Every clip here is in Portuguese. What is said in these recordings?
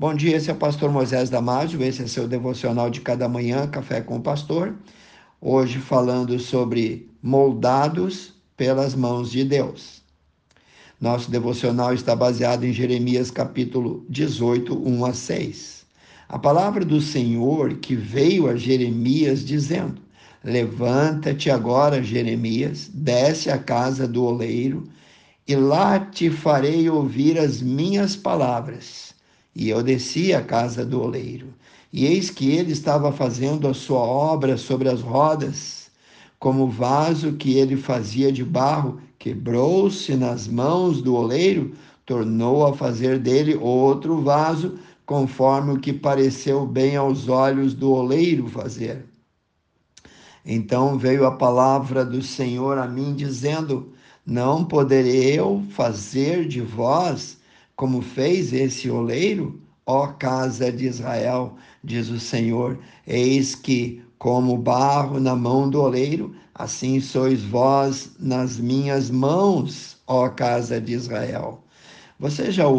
Bom dia, esse é o pastor Moisés Damásio, esse é seu devocional de cada manhã, Café com o Pastor. Hoje falando sobre moldados pelas mãos de Deus. Nosso devocional está baseado em Jeremias capítulo 18, 1 a 6. A palavra do Senhor que veio a Jeremias dizendo: Levanta-te agora, Jeremias, desce à casa do oleiro, e lá te farei ouvir as minhas palavras. E eu desci à casa do oleiro, e eis que ele estava fazendo a sua obra sobre as rodas. Como o vaso que ele fazia de barro quebrou-se nas mãos do oleiro, tornou a fazer dele outro vaso, conforme o que pareceu bem aos olhos do oleiro fazer. Então veio a palavra do Senhor a mim, dizendo: Não poderei eu fazer de vós como fez esse oleiro, ó casa de Israel, diz o Senhor. Eis que, como barro na mão do oleiro, assim sois vós nas minhas mãos, ó casa de Israel. Você já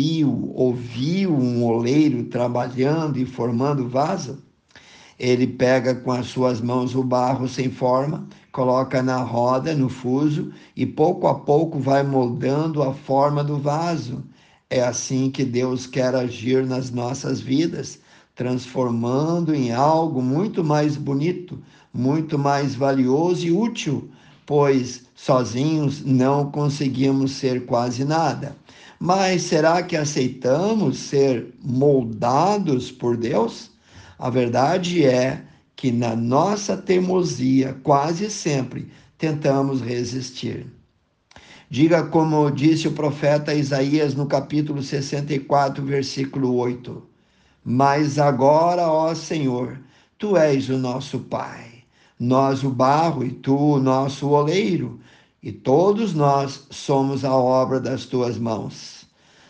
ouviu um oleiro trabalhando e formando vaso? Ele pega com as suas mãos o barro sem forma, coloca na roda, no fuso, e pouco a pouco vai moldando a forma do vaso. É assim que Deus quer agir nas nossas vidas, transformando em algo muito mais bonito, muito mais valioso e útil, pois sozinhos não conseguimos ser quase nada. Mas será que aceitamos ser moldados por Deus? A verdade é que na nossa teimosia, quase sempre tentamos resistir. Diga como disse o profeta Isaías no capítulo 64, versículo 8: Mas agora, ó Senhor, tu és o nosso Pai, nós o barro e tu o nosso oleiro, e todos nós somos a obra das tuas mãos.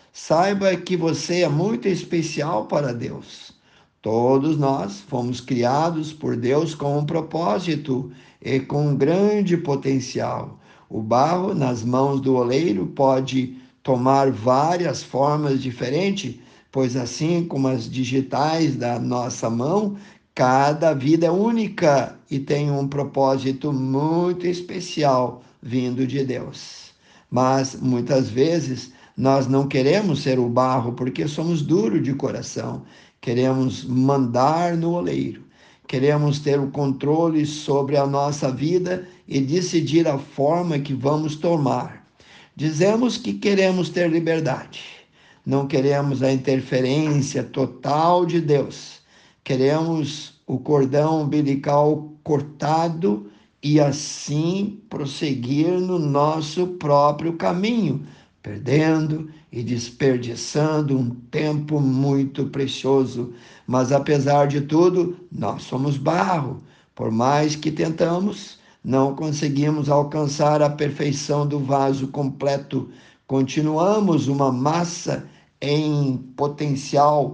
Saiba que você é muito especial para Deus. Todos nós fomos criados por Deus com um propósito e com um grande potencial. O barro nas mãos do oleiro pode tomar várias formas diferentes, pois assim como as digitais da nossa mão, cada vida é única e tem um propósito muito especial vindo de Deus. Mas muitas vezes nós não queremos ser o barro porque somos duros de coração. Queremos mandar no oleiro. Queremos ter o controle sobre a nossa vida e decidir a forma que vamos tomar. Dizemos que queremos ter liberdade. Não queremos a interferência total de Deus. Queremos o cordão umbilical cortado e assim prosseguir no nosso próprio caminho, perdendo e desperdiçando um tempo muito precioso. Mas apesar de tudo, nós somos barro. Por mais que tentamos, não conseguimos alcançar a perfeição do vaso completo. Continuamos uma massa em potencial,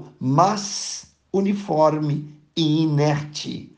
mas uniforme e inerte.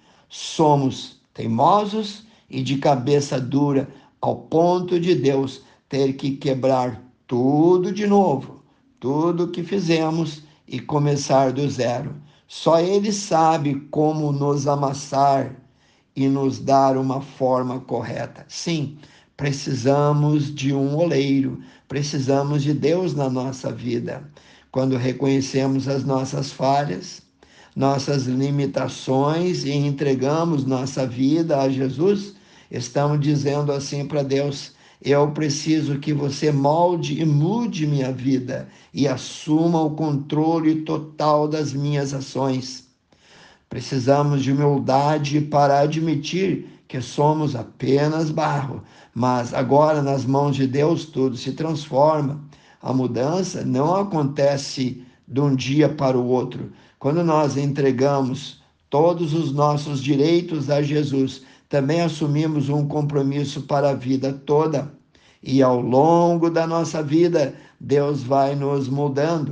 Somos teimosos e de cabeça dura, ao ponto de Deus ter que quebrar tudo de novo, tudo que fizemos e começar do zero. Só Ele sabe como nos amassar e nos dar uma forma correta. Sim, precisamos de um oleiro, precisamos de Deus na nossa vida. Quando reconhecemos as nossas falhas, nossas limitações e entregamos nossa vida a Jesus, estamos dizendo assim para Deus: eu preciso que você molde e mude minha vida e assuma o controle total das minhas ações. Precisamos de humildade para admitir que somos apenas barro, mas agora nas mãos de Deus tudo se transforma. A mudança não acontece de um dia para o outro. Quando nós entregamos todos os nossos direitos a Jesus, também assumimos um compromisso para a vida toda. E ao longo da nossa vida, Deus vai nos moldando.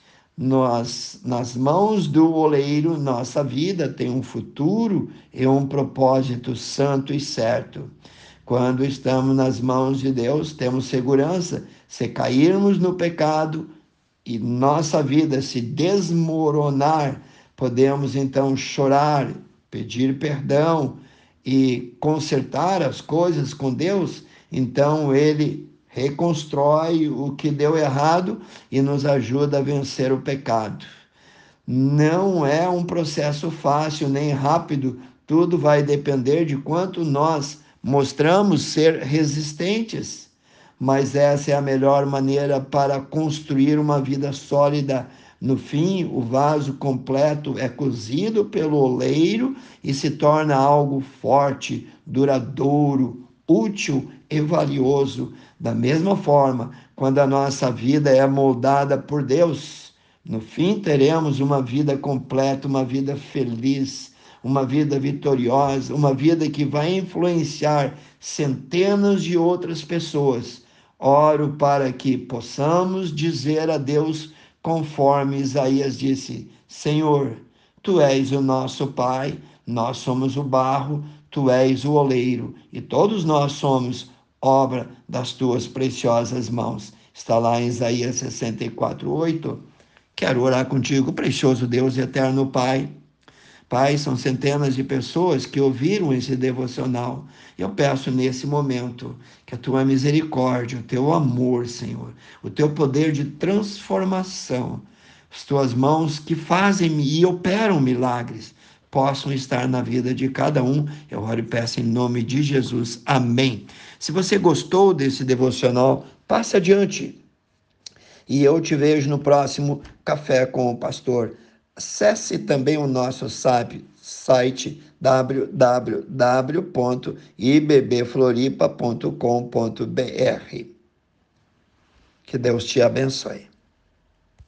Nas mãos do oleiro, nossa vida tem um futuro e um propósito santo e certo. Quando estamos nas mãos de Deus, temos segurança. Se cairmos no pecado, e nossa vida se desmoronar, podemos então chorar, pedir perdão e consertar as coisas com Deus, então Ele reconstrói o que deu errado e nos ajuda a vencer o pecado. Não é um processo fácil nem rápido, tudo vai depender de quanto nós mostramos ser resistentes, mas essa é a melhor maneira para construir uma vida sólida. No fim, o vaso completo é cozido pelo oleiro e se torna algo forte, duradouro, útil e valioso. Da mesma forma, quando a nossa vida é moldada por Deus, no fim teremos uma vida completa, uma vida feliz, uma vida vitoriosa, uma vida que vai influenciar centenas de outras pessoas. Oro para que possamos dizer a Deus, conforme Isaías disse: Senhor, tu és o nosso Pai, nós somos o barro, tu és o oleiro, e todos nós somos obra das tuas preciosas mãos. Está lá em Isaías 64:8. Quero orar contigo, precioso Deus e eterno Pai. Pai, são centenas de pessoas que ouviram esse devocional. Eu peço nesse momento que a tua misericórdia, o teu amor, Senhor, o teu poder de transformação, as tuas mãos que fazem e operam milagres, possam estar na vida de cada um. Eu oro e peço em nome de Jesus. Amém. Se você gostou desse devocional, passe adiante. E eu te vejo no próximo Café com o Pastor. Acesse também o nosso site www.ibbfloripa.com.br. Que Deus te abençoe.